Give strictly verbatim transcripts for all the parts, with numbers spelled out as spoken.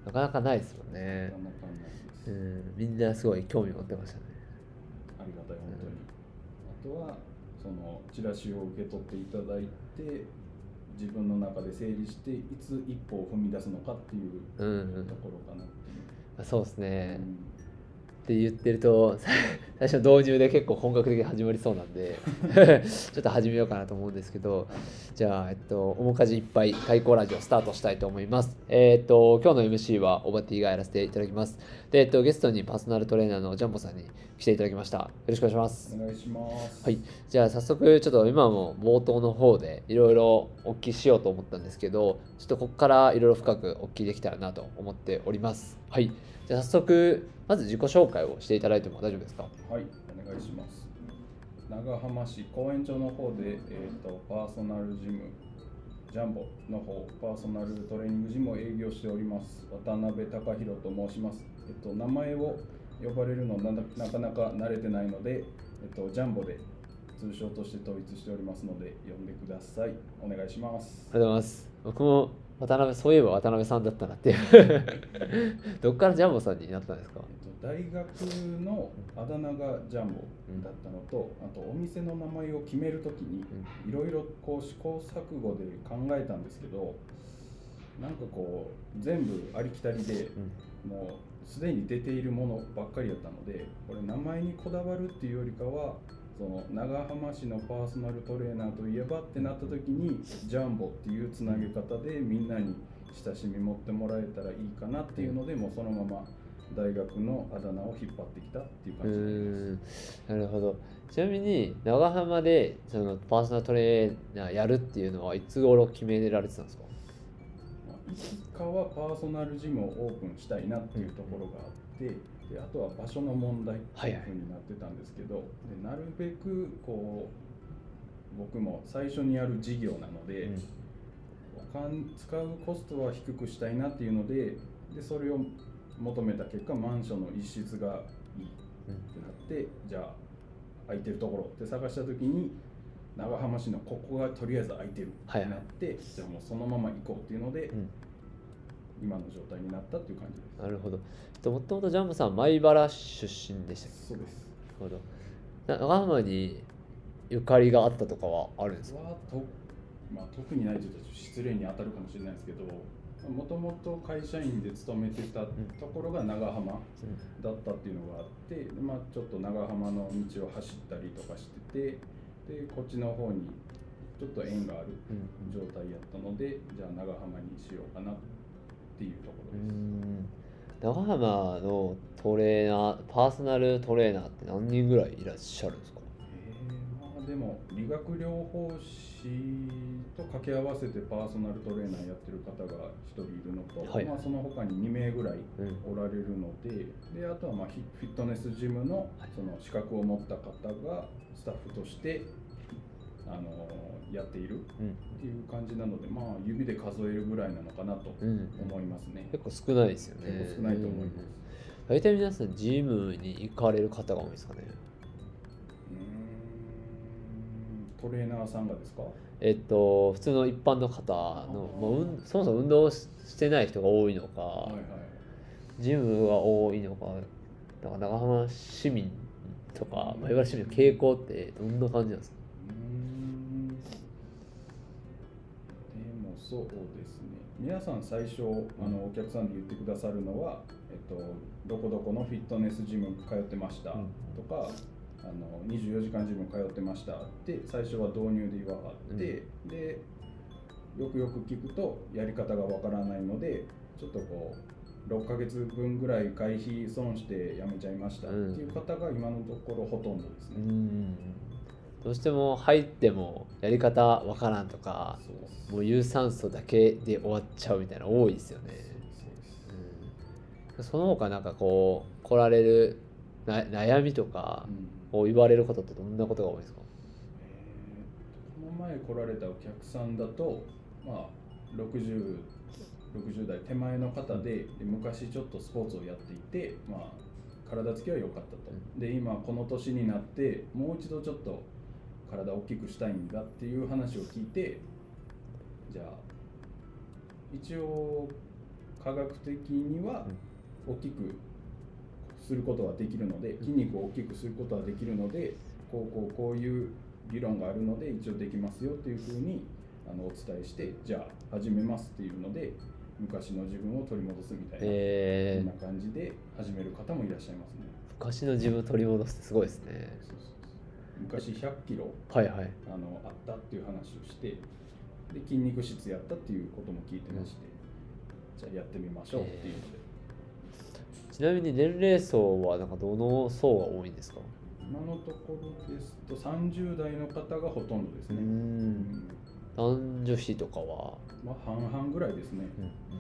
なかなかないですもんなね。 かなかないです。 うん、みんなすごい興味持ってましたね。 ありがたい本当に、うん、あとはそのチラシを受け取っていただいて自分の中で整理していつ一歩を踏み出すのかっていうところかなっていう、 うんうん、そうですね、 うんって言ってると最初の導入で結構本格的に始まりそうなんでちょっと始めようかなと思うんですけど、じゃあ、えっと、面かじいっぱい対抗ラジオスタートしたいと思います。えっと今日の エムシー はオバティがやらせていただきます。で、えっと、ゲストにパーソナルトレーナーのジャンボさんに来ていただきました。よろしくお願いします。 お願いします。 はい、じゃあ早速ちょっと今も冒頭の方でいろいろお聞きしようと思ったんですけど、ちょっとここからいろいろ深くお聞きできたらなと思っております。はい、じゃあ早速まず自己紹介をしていただいても大丈夫ですか？ はい、お願いします。長浜市公園町の方で、えーと、パーソナルジムジャンボの方パーソナルトレーニングジムを営業しております渡辺貴弘と申します。えっと、名前を呼ばれるのななかなか慣れてないので、えっと、ジャンボで通称として統一しておりますので呼んでください。お願いします。 ありがとうございます。僕も渡辺、そういえば渡辺さんだったなっていうどっからジャンボさんになったんですか？ えっと、大学のあだ名がジャンボだったのと、うん、あとお店の名前を決めるときにいろいろこう試行錯誤で考えたんですけど、なんかこう全部ありきたりで、うん、もうすでに出ているものばっかりだったので、これ名前にこだわるっていうよりかはその長浜市のパーソナルトレーナーといえばってなった時にジャンボっていうつなげ方でみんなに親しみ持ってもらえたらいいかなっていうので、もうそのまま大学のあだ名を引っ張ってきたっていう感じになります。 なるほど。ちなみに長浜でそのパーソナルトレーナーやるっていうのはいつ頃決められてたんですか？ いつかはパーソナルジムをオープンしたいなっていうところがあって、であとは場所の問題っていうふうになってたんですけど、はいはい、でなるべくこう僕も最初にやる事業なので、うん、お金使うコストは低くしたいなっていうので、でそれを求めた結果マンションの一室がいいってなって、うん、じゃあ空いてるところって探した時に長浜市のここがとりあえず空いてるってなって、はいはい、じゃあもうそのまま行こうっていうので、うん、今の状態になったっていう感じです。 なるほど。もともとジャンボさんは米原出身でしたっけ？ そうです。 なるほど。長浜にゆかりがあったとかはあるんですか？ はと、まあ、特にないというと失礼に当たるかもしれないですけど、もともと会社員で勤めてたところが長浜だったっていうのがあって、まあ、ちょっと長浜の道を走ったりとかしてて、でこっちの方にちょっと縁がある状態やったので、じゃあ長浜にしようかなっていうところです。 うん、長浜のトレーナーパーソナルトレーナーって何人ぐらいいらっしゃるんですか？ えーまあ、でも理学療法士と掛け合わせてパーソナルトレーナーやってる方がひとりいるのと、はい、まあ、その他ににめいぐらいおられるので、うん、であとはまあフィットネスジムのその資格を持った方がスタッフとしてあのやっているっていう感じなので、まあ指で数えるぐらいなのかなと思いますね。 うん、結構少ないですよね。 結構少ないと思います。 大体皆さんジムに行かれる方が多いですかね？ トレーナーさんがですか？ えっと普通の一般の方の、まあ、うん、そもそも運動してない人が多いのか、はいはい、ジムが多いのか、だから長浜市民とか米原市民の傾向ってどんな感じなんですか？ うーん、でもそうですね、皆さん最初あのお客さんで言ってくださるのは、えっと、どこどこのフィットネスジム通ってましたとか、あのにじゅうよじかんジム通ってましたって最初は導入で言わはって、うん、でよくよく聞くとやり方がわからないのでちょっとこうろっかげつぶんぐらい会費損してやめちゃいましたっていう方が今のところほとんどですね。うん、 どうしても入ってもやり方わからんとか、もう有酸素だけで終わっちゃうみたいな多いですよね。うん、その他なんかこう来られるな悩みとかを言われることってどんなことが多いですか？ えー、この前来られたお客さんだと、まあ、ろくじゅう、ろくじゅう代手前の方で、で昔ちょっとスポーツをやっていて、まあ、体つきは良かったと。で今この年になってもう一度ちょっと体を大きくしたいんだっていう話を聞いて、じゃあ一応科学的には大きくすることはできるので、筋肉を大きくすることはできるので、こうこうこういう理論があるので一応できますよっていうふうにあのお伝えして、じゃあ始めますっていうので昔の自分を取り戻すみたいな、えー、そんな感じで始める方もいらっしゃいますね。 昔の自分を取り戻すってすごいですね。 そうそうそう、昔ひゃっキロ、 はいはい、 あのあったっていう話をして、で筋肉質やったっていうことも聞いてまして、うん、じゃあやってみましょうっていうので、 えー、ちなみに年齢層はなんかどの層が多いんですか？ 今のところですとさんじゅう代の方がほとんどですね。うん、 男女比とかは、 まあ、半々ぐらいですね。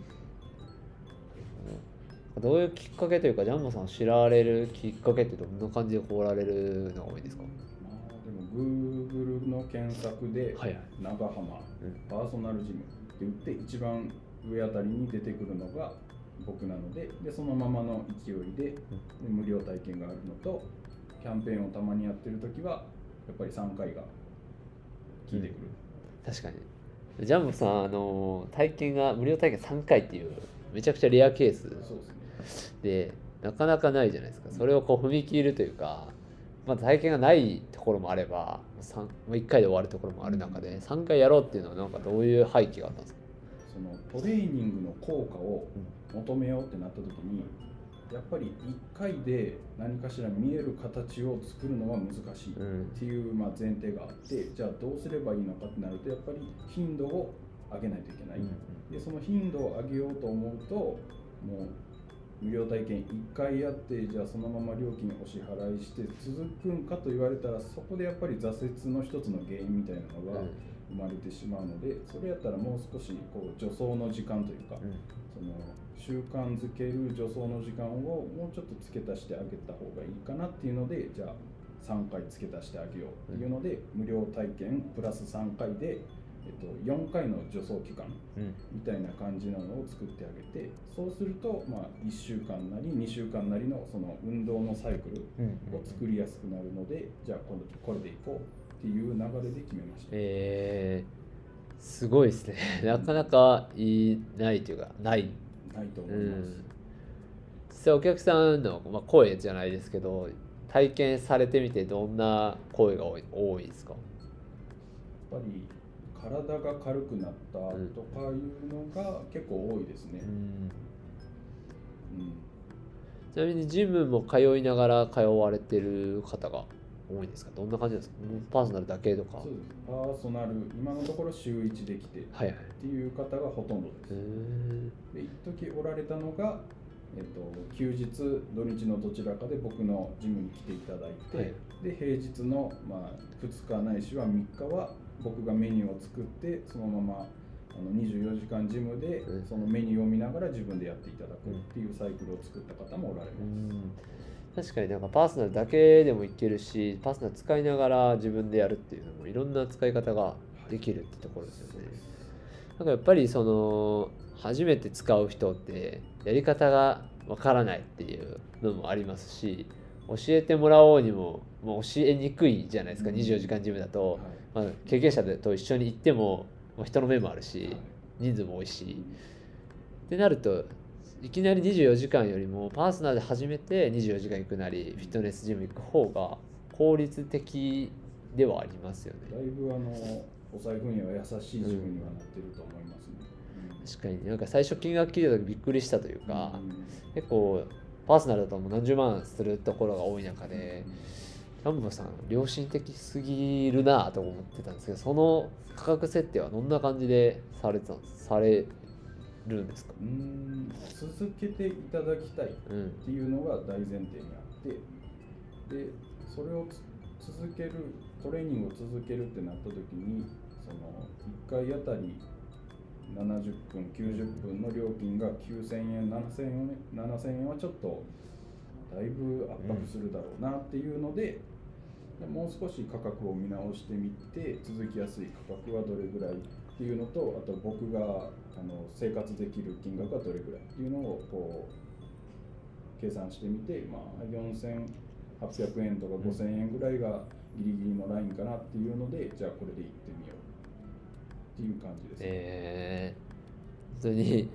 うん、どういうきっかけというか、ジャンボさんを知られるきっかけってどんな感じで来られるのが多いですか？ まあ、でも Google の検索で長浜パーソナルジムって言って一番上あたりに出てくるのが僕なので、でそのままの勢いで、で無料体験があるのと、キャンペーンをたまにやってるときはやっぱりさんかいが効いてくる、 うん、確かにジャンボさん、あの体験が無料体験さんかいっていうめちゃくちゃレアケース で, そうですね、 でなかなかないじゃないですか。それをこう踏み切るというか、まあ、体験がないところもあればいっかいで終わるところもある中で、うん、さんかいやろうっていうのはなんかどういう背景があったんですか？ そのトレーニングの効果を求めようってなった時に、やっぱりいっかいで何かしら見える形を作るのは難しいっていうまあ前提があって、じゃあどうすればいいのかってなると、やっぱり頻度を上げないといけない。でその頻度を上げようと思うと、もう無料体験いっかいやって、じゃあそのまま料金お支払いして続くんかと言われたら、そこでやっぱり挫折の一つの原因みたいなのが生まれてしまうので、それやったらもう少しこう助走の時間というか、その習慣づける助走の時間をもうちょっと付け足してあげた方がいいかなっていうので、じゃあさんかい付け足してあげようっていうので、無料体験プラスさんかいで、えっと、よんかいの助走期間みたいな感じなのを作ってあげて、そうすると、まあ、いっしゅうかんなりにしゅうかんなりのその運動のサイクルを作りやすくなるので、じゃあ今度これでいこうっていう流れで決めました。 えー、すごいですね。なかなかいないというか、ないないと思います。うん、 実際お客さんの、まあ、声じゃないですけど、体験されてみてどんな声が多い、多いですか？ やっぱり体が軽くなったとかいうのが結構多いですね。うんうん、ちなみにジムも通いながら通われてる方が多いんですか？どんな感じですか？パーソナルだけとか。 そうです。パーソナル、今のところ週いちできてっていう方がほとんどです。はいはい、で一時おられたのが、えっと、休日土日のどちらかで僕のジムに来ていただいて、はい、で平日の、まあ、ふつかないしはみっかは僕がメニューを作って、そのままあのにじゅうよじかんジムでそのメニューを見ながら自分でやっていただくっていうサイクルを作った方もおられます。 うん、確かになんかパーソナルだけでもいけるし、パーソナル使いながら自分でやるっていうのもいろんな使い方ができるってところですよね。はい、なんかやっぱりその初めて使う人ってやり方がわからないっていうのもありますし、教えてもらおうにももう教えにくいじゃないですか。にじゅうよじかんジムだと、はい、まあ、経験者と一緒に行っても、まあ、人の目もあるし、はい、人数も多いし、ってなるといきなりにじゅうよじかんよりもパーソナルで始めてにじゅうよじかん行くなり、フィットネスジム行く方が効率的ではありますよね。 だいぶあのお財布には優しいジムにはなってると思いますね。 うん、確かになんか最初金額聞いた時びっくりしたというか、うん、結構パーソナルだともう何十万するところが多い中で、ジャンボさん良心的すぎるなと思ってたんですけど、その価格設定はどんな感じでされてたんですされるんですか？ うーん、続けていただきたいっていうのが大前提にあって、でそれを続けるトレーニングを続けるってなった時に、そのいっかいあたりななじゅっぷんきゅうじゅっぷんの料金がきゅうせんえんななせんえんななせんえんはちょっとだいぶ圧迫するだろうなっていうので、でもう少し価格を見直してみて、続きやすい価格はどれぐらいっていうのと、あと僕があの生活できる金額はどれぐらいっていうのをこう計算してみて、まあ、よんせんはっぴゃくえんとかごせんえんぐらいがギリギリのラインかなっていうので、じゃあこれで行ってみようっていう感じです。 えー、本当に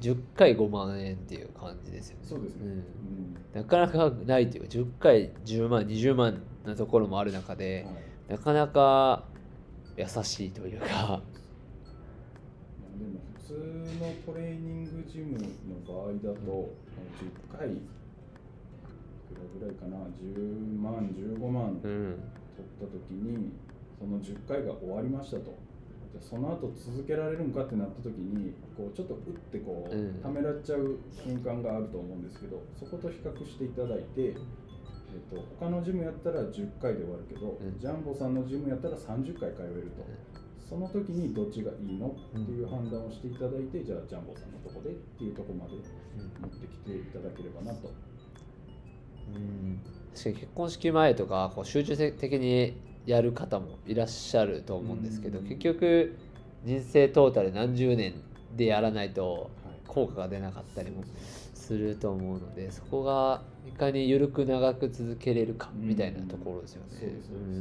じゅっかいごまんえんっていう感じですよね。 そうですね、 うんうん、 なかなかないというかじゅっかいじゅうまんにじゅうまんなところもある中で、はい、なかなか優しいというかでも普通のトレーニングジムの場合だとじゅっかいいくらぐらいかな、じゅうまんじゅうごまん取った時に、そのじゅっかいが終わりましたと、じゃその後続けられるんかってなった時にこうちょっと打ってこう、うん、ためらっちゃう瞬間があると思うんですけど、そこと比較していただいて、えっと、他のジムやったらじゅっかいで終わるけど、うん、ジャンボさんのジムやったらさんじゅっかい通えると、うん、その時にどっちがいいのっていう判断をしていただいて、じゃあジャンボさんのとこでっていうところまで持ってきていただければなと。 うん、確かに結婚式前とかこう集中的にやる方もいらっしゃると思うんですけど、結局人生トータル何十年でやらないと効果が出なかったりもすると思うので、そこがいかに緩く長く続けれるかみたいなところですよね。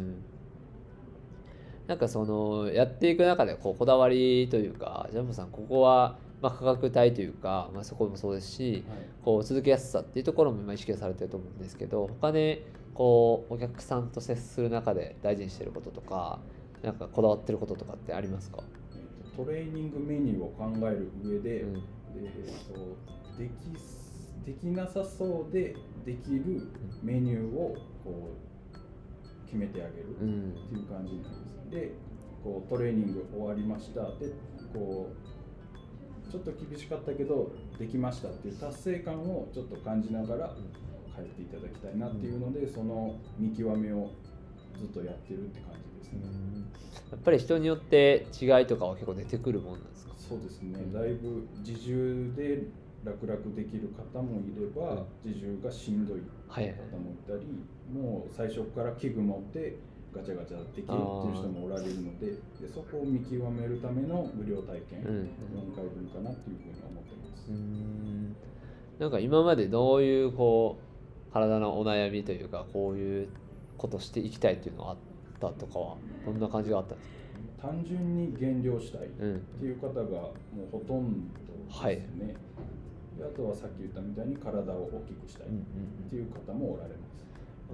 なんかそのやっていく中でこうこだわりというか、ジャンボさんここはまあ価格帯というか、まあ、そこもそうですし、はい、こう続けやすさっていうところも今意識されてると思うんですけど、他でこうお客さんと接する中で大事にしてることとか、なんかこだわってることとかってありますか？ トレーニングメニューを考える上で、うん、でそうできできなさそうでできるメニューをこう決めてあげるっていう感じになります。でこうトレーニング終わりました、でこうちょっと厳しかったけどできましたっていう達成感をちょっと感じながら帰っていただきたいなっていうので、その見極めをずっとやってるって感じですね。 やっぱり人によって違いとかは結構出てくるもんなんですか？ そうですね、だいぶ自重で楽々できる方もいれば、うん、自重がしんどい方もいたり、はい、もう最初から器具持ってガチャガチャできるっていう人もおられるの で, でそこを見極めるための無料体験、うん、よんかいぶんかなっていうふうに思ってます。 うーん、なんか今までどういうこう体のお悩みというか、こういうことしていきたいっていうのがあったとかはどんな感じがあったんですか？ 単純に減量したいっていう方がもうほとんどですね、はい、であとはさっき言ったみたいに体を大きくしたいっていう方もおられます。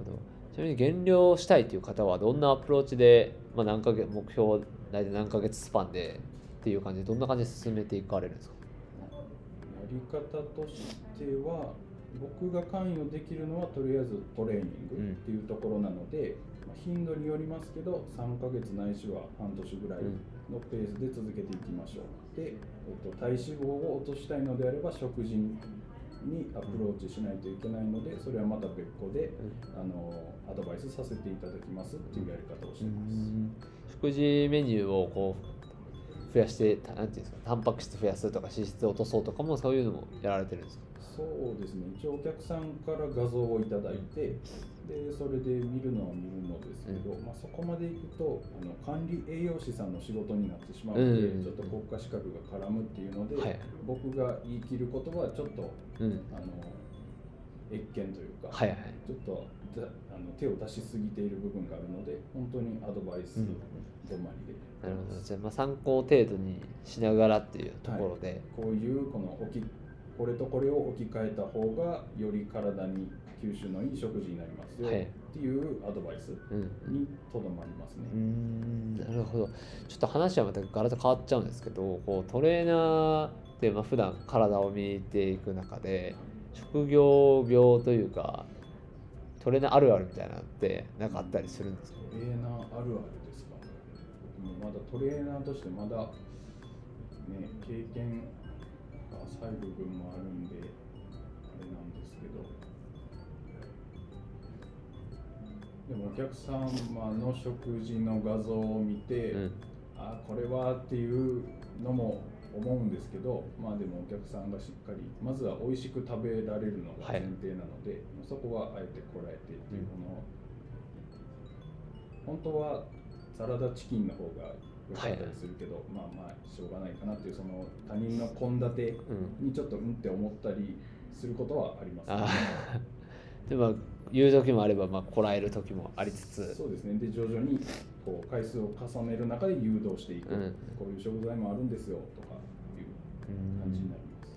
うんうんうん、ちなみに減量したいという方はどんなアプローチで、まあ、何ヶ月目標大体何ヶ月スパンでっていう感じでどんな感じで進めていかれるんですか？ やり方としては僕が関与できるのはとりあえずトレーニングっていうところなので、うん、まあ、頻度によりますけどさんかげつないしは半年ぐらいのペースで続けていきましょう。で、えっと、体脂肪を落としたいのであれば食事にアプローチしないといけないので、それはまた別個で、うん、あのアドバイスさせていただきますっていうやり方をしています。うん、 食事メニューをこう増やして、なんていうんですか、タンパク質増やすとか脂質を落とそうとかもそういうのもやられてるんですか？ そうですね、一応お客さんから画像をいただいて、でそれで見るのは見るのですけど、うん、まあ、そこまでいくとあの管理栄養士さんの仕事になってしまうので、うん、ちょっと国家資格が絡むっていうので、はい、僕が言い切ることはちょっと、うん、あの越見というか、はいはい、ちょっとあの手を出しすぎている部分があるので、本当にアドバイス止まりで、 うん、なるほど。じゃあまあ参考程度にしながらっていうところで、はい、 こういうこの置きこれとこれを置き換えた方がより体に吸収のいい食事になりますよ、はい、っていうアドバイスにとどまりますね。 うん、なるほど。ちょっと話はまたガラッと変わっちゃうんですけど、こうトレーナーってまあ普段体を見ていく中で職業病というかトレーナーあるあるみたいなのって何かあったりするんですか？ トレーナーあるあるですか？もうまだトレーナーとしてまだ、ね、経験が浅い部分もあるんであれなんですけど、でもお客様の食事の画像を見て、うん、あこれはっていうのも思うんですけど、まあでもお客さんがしっかりまずは美味しく食べられるのが前提なので、はい、そこはあえてこらえてっていうものを、うん、本当はサラダチキンの方が良かったりするけど、はい、まあまあしょうがないかなっていう、その他人の献立にちょっとうんって思ったりすることはありますね。 あでも言う時もあれば、まあこらえる時もありつつ、 そうですね。で徐々にこう回数を重ねる中で誘導していく、うん、こういう食材もあるんですよとかいう感じになります。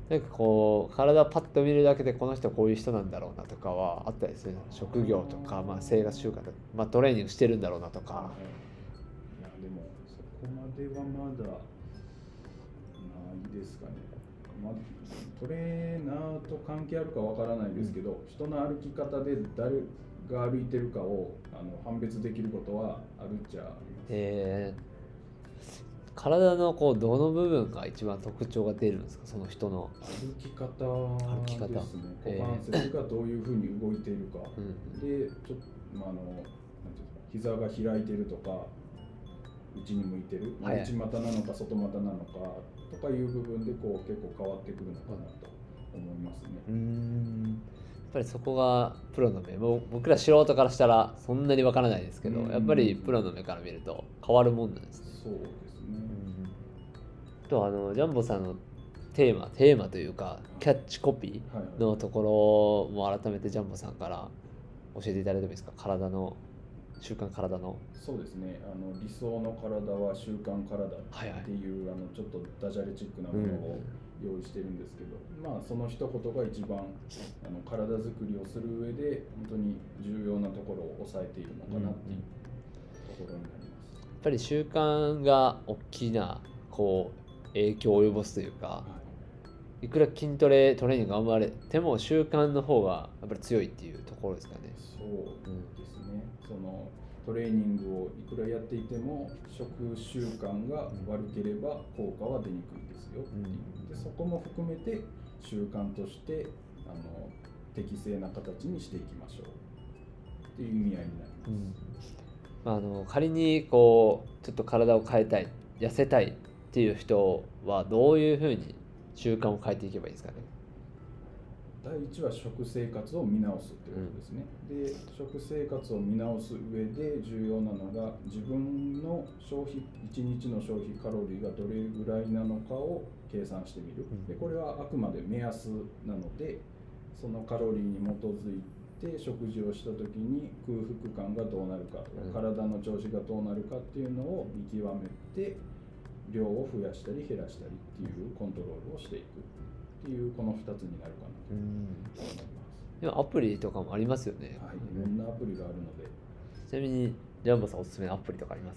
なんかこう体をパッと見るだけでこの人こういう人なんだろうなとかはあったりする。職業とか、まあ、生活習慣とか、まあ、トレーニングしてるんだろうなとか。 いやでもそこまではまだないですかね。まあ、トレーナーと関係あるかわからないですけど、うん、人の歩き方で誰が歩いてるかをあの判別できることはあるっちゃあります。 えー体のこうどの部分が一番特徴が出るんですか、その人の歩き方ですね。股関節がどういうふうに動いているか、うん、でちょっと、まあ、あのなんていうんですか、膝が開いているとか内に向いてる、はい、内股なのか外股なのかとかいう部分でこう結構変わってくるのかなと思いますね。 うーん、やっぱりそこがプロの目、もう僕ら素人からしたらそんなにわからないですけど、やっぱりプロの目から見ると変わるもんなんですね。 そうですね。 うん、とあのジャンボさんのテーマテーマというかキャッチコピーのところも改めてジャンボさんから教えていただいてもいいですか。体の習慣体のそうですね、あの理想の体は習慣体っていう、はいはい、あのちょっとダジャレチックなものを用意してるんですけど、うん、まあその一言が一番あの体作りをする上で本当に重要なところを抑えているのかなっていうところになります。 やっぱり習慣が大きなこう影響を及ぼすというか、はい、いくら筋トレトレーニング頑張れても習慣の方がやっぱり強いっていうところですかね。 そうですね、うん、そのトレーニングをいくらやっていても食習慣が悪ければ効果は出にくいですよっていう、うん、でそこも含めて習慣としてあの適正な形にしていきましょうっていう意味合いになります。 うん、あの仮にこうちょっと体を変えたい、痩せたいっていう人はどういうふうに習慣を変えていけばいいですかね。 第一は食生活を見直すっていうことですね、うん、で食生活を見直す上で重要なのが自分の消費いちにちの消費カロリーがどれぐらいなのかを計算してみる。でこれはあくまで目安なのでそのカロリーに基づいて食事をした時に空腹感がどうなるかとか、うん、体の調子がどうなるかっていうのを見極めて量を増やしたり減らしたりっていうコントロールをしていくっていうこのふたつになるかなと思います。 でもアプリとかもありますよね。 はい、いろんなアプリがあるので。 ちなみにジャンボさんおすすめのアプリとかあります？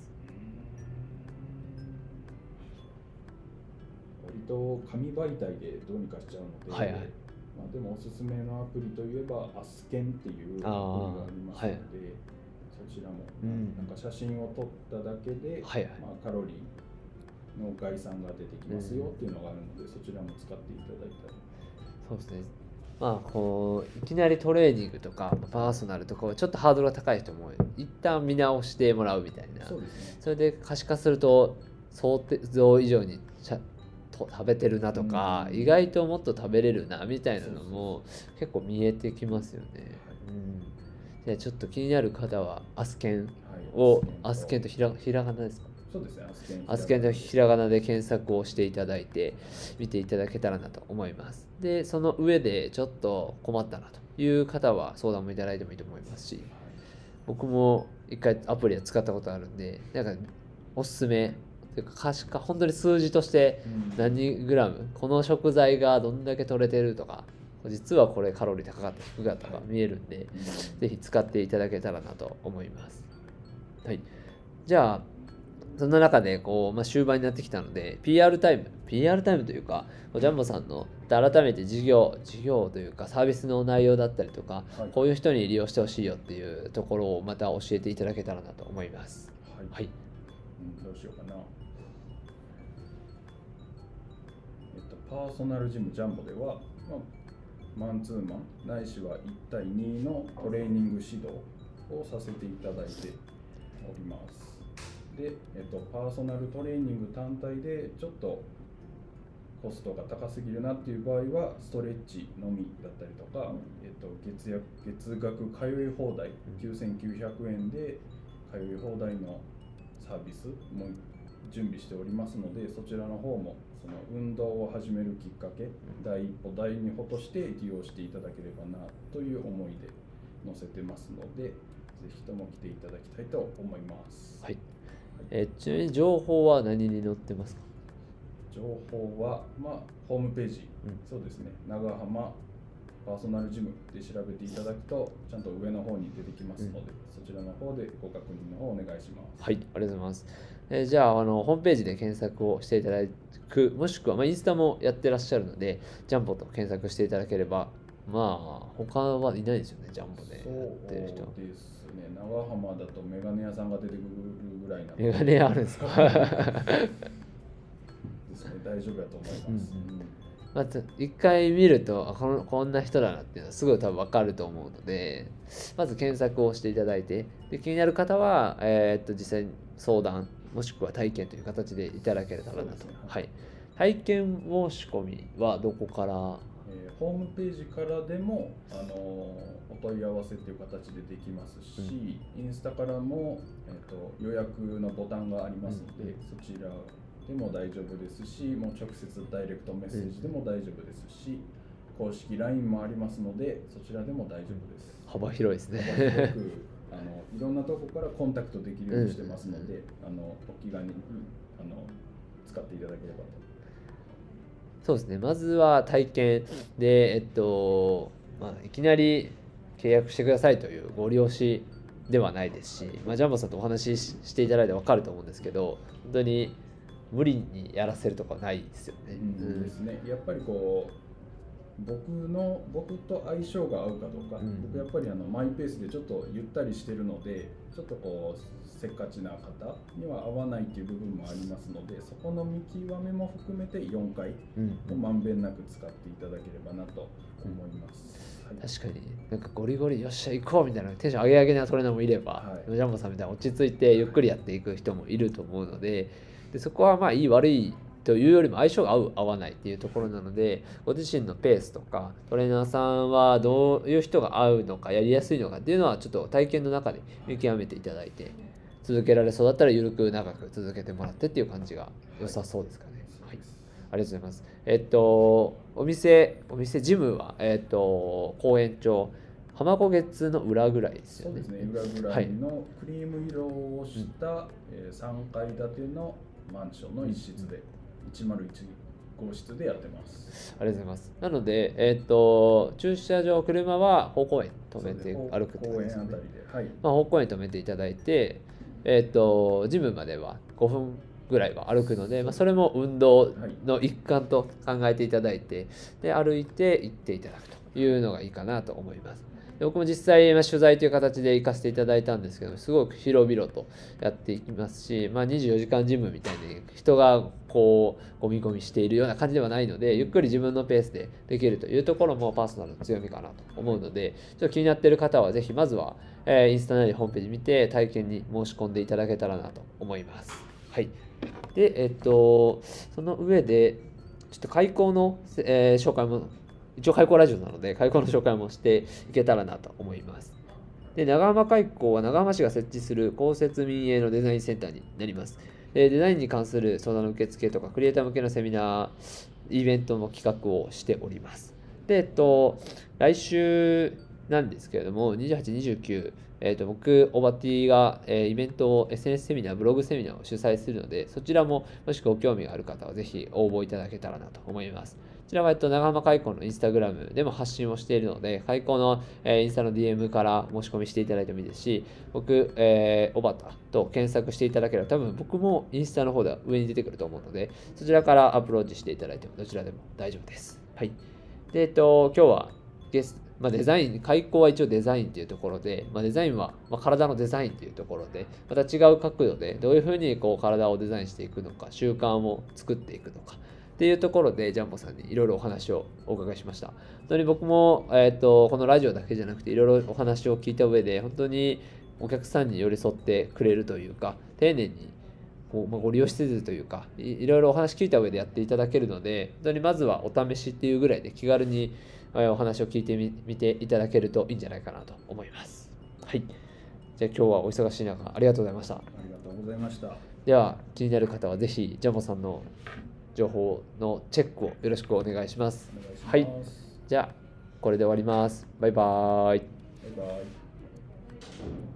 割と紙媒体でどうにかしちゃうので、はいはい、まあ、でもおすすめのアプリといえばアスケンっていうアプリがありますので、はい、そちらもなんか写真を撮っただけで、はいはい、まあ、カロリーの概算が出てきますよっていうのがあるので、うん、そちらも使っていただいたら。 そうですね。まあこういきなりトレーニングとかパーソナルとかちょっとハードルが高い人も一旦見直してもらうみたいな。そうですね。それで可視化すると想像以上にと食べてるなとか、うん、意外ともっと食べれるなみたいなのも結構見えてきますよね。はい、うん、じゃあちょっと気になる方はアスケンを、はい、アスケンとひらひらがなですか？ そうですね、アスケン。 アスケンとひらがなで検索をしていただいて見ていただけたらなと思います。で、その上でちょっと困ったなという方は相談もいただいてもいいと思いますし、僕も一回アプリは使ったことあるんで、なんかおすすめというか可視化、本当に数字として何グラム、うん、この食材がどんだけ取れてるとか、実はこれカロリー高かった低かったか見えるんで、はい、ぜひ使っていただけたらなと思います。はい。じゃあそんな中でこう、まあ、終盤になってきたので ピーアール タイム ピーアール タイムというかジャンボさんの改めて事業事業というかサービスの内容だったりとか、はい、こういう人に利用してほしいよっていうところをまた教えていただけたらなと思います。 はい、はい、うん、どうしようかな。えっとパーソナルジムジャンボでは、まあ、マンツーマンないしはいちたいにのトレーニング指導をさせていただいております。で、えっと、パーソナルトレーニング単体でちょっとコストが高すぎるなっていう場合はストレッチのみだったりとか、えっと、月額、月額通い放題きゅうせんきゅうひゃくえんで通い放題のサービスも準備しておりますので、そちらの方もその運動を始めるきっかけ、第一歩第二歩として利用していただければなという思いで載せてますので、ぜひとも来ていただきたいと思います。 はい。えー、ちなみに情報は何に載ってますか？ 情報は、まあ、ホームページ、 うん、 そうですね、長浜パーソナルジムで調べていただくとちゃんと上の方に出てきますので、うん、そちらの方でご確認の方お願いします。 はい、ありがとうございます。えー、じゃあ、あのホームページで検索をしていただく、もしくは、まあ、インスタもやってらっしゃるので、ジャンボと検索していただければ、まあ、他はいないですよね、ジャンボでやってる人。 そうですね、長浜だとメガネ屋さんが出てくるぐらいなので。 メガネ屋あるんですかですね、大丈夫だと思います。うんうん、 まず一回見るとこのこんな人だなっていうのはすぐ多分分かると思うので、まず検索をしていただいて、で気になる方は、えー、っと実際に相談もしくは体験という形でいただけたらなと、ね、はい、体験申し込みはどこから？ えー、ホームページからでも、あのー、お問い合わせという形でできますし、うん、インスタからも、えー、と予約のボタンがありますので、うん、そちらでも大丈夫ですし、もう直接ダイレクトメッセージでも大丈夫ですし、うん、公式 ライン もありますのでそちらでも大丈夫です。 幅広いですね。 幅広くあのいろんなところからコンタクトできるようにしてますので、うん、あのお気軽にあの使っていただければと。 そうですね、まずは体験で、えっとまあ、いきなり契約してくださいというご利用しではないですし、まあ、ジャンボさんとお話ししていただいて分かると思うんですけど、本当に無理にやらせるとかないですよね。 うん、ですね。やっぱりこう僕の僕と相性が合うかどうか、うん、僕やっぱりあのマイペースでちょっとゆったりしてるので、ちょっとこうせっかちな方には合わないっていう部分もありますので、そこの見極めも含めてよんかいをまんべんなく使っていただければなと思います。 うん、はい、確かになんかゴリゴリよっしゃ行こうみたいなテンション上げ上げなトレーナーもいれば、はい、ジャンボさんみたいな落ち着いてゆっくりやっていく人もいると思うので、でそこはまあいい悪いというよりも相性が合う合わないっていうところなので、ご自身のペースとかトレーナーさんはどういう人が合うのかやりやすいのかっていうのはちょっと体験の中で見極めていただいて、続けられそうだったら緩く長く続けてもらってっていう感じが良さそうですかね。はい、ありがとうございます。えっとお店お店ジムはえっと公園町浜子月の裏ぐらいですよね。 そうですね、裏ぐらいのクリーム色をした、はい、さんかい建てのマンションの一室で、いちまるいち号室でやってます。 ありがとうございます。なので、えっと駐車場、車は方向園止めて歩くって感じですね。 公園あたりで、はい。 まあ、方向園止めていただいて、えっとジムまではごふんぐらいは歩くので、まあ、それも運動の一環と考えていただいて、で歩いて行っていただくというのがいいかなと思います。で僕も実際、まあ、取材という形で行かせていただいたんですけど、すごく広々とやっていきますし、まあ、にじゅうよじかんジムみたいに人がこうゴミゴミしているような感じではないので、ゆっくり自分のペースでできるというところもパーソナルの強みかなと思うので、ちょっと気になっている方はぜひまずは、えー、インスタなりホームページ見て体験に申し込んでいただけたらなと思います。はい。で、えっと、その上で、ちょっと開講の、えー、紹介も、一応開講ラジオなので、開講の紹介もしていけたらなと思います。で、長浜開講は長浜市が設置する公設民営のデザインセンターになります。で、デザインに関する相談の受付とか、クリエイター向けのセミナー、イベントの企画をしております。で、えっと、来週なんですけれども、にじゅうはち、にじゅうく、えー、と僕、オバティが、えー、イベントを エスエヌエス セミナー、ブログセミナーを主催するので、そちらももしご興味がある方はぜひ応募いただけたらなと思います。こちらは、えっと、長浜開講のインスタグラムでも発信をしているので、開講の、えー、インスタの ディーエム から申し込みしていただいてもいいですし、僕、えー、オバタと検索していただければ、多分僕もインスタの方では上に出てくると思うので、そちらからアプローチしていただいてもどちらでも大丈夫です。はい。で、えっと、今日はゲスト、まあ、デザイン、開講は一応デザインというところで、まあ、デザインは、まあ、体のデザインというところで、また違う角度でどういうふうにこう体をデザインしていくのか、習慣を作っていくのかっていうところで、ジャンボさんにいろいろお話をお伺いしました。本当に僕も、えーと、このラジオだけじゃなくて、いろいろお話を聞いた上で、本当にお客さんに寄り添ってくれるというか、丁寧にこう、まあ、ご利用しつつというかい、いろいろお話聞いた上でやっていただけるので、本当にまずはお試しっていうぐらいで気軽にお話を聞いてみ見ていただけるといいんじゃないかなと思います。はい。じゃあ今日はお忙しい中ありがとうございました。ありがとうございました。 では気になる方はぜひジャンボさんの情報のチェックをよろしくお願いします。 お願いします。 はい。じゃあこれで終わります。バイバーイ。 バイバイ。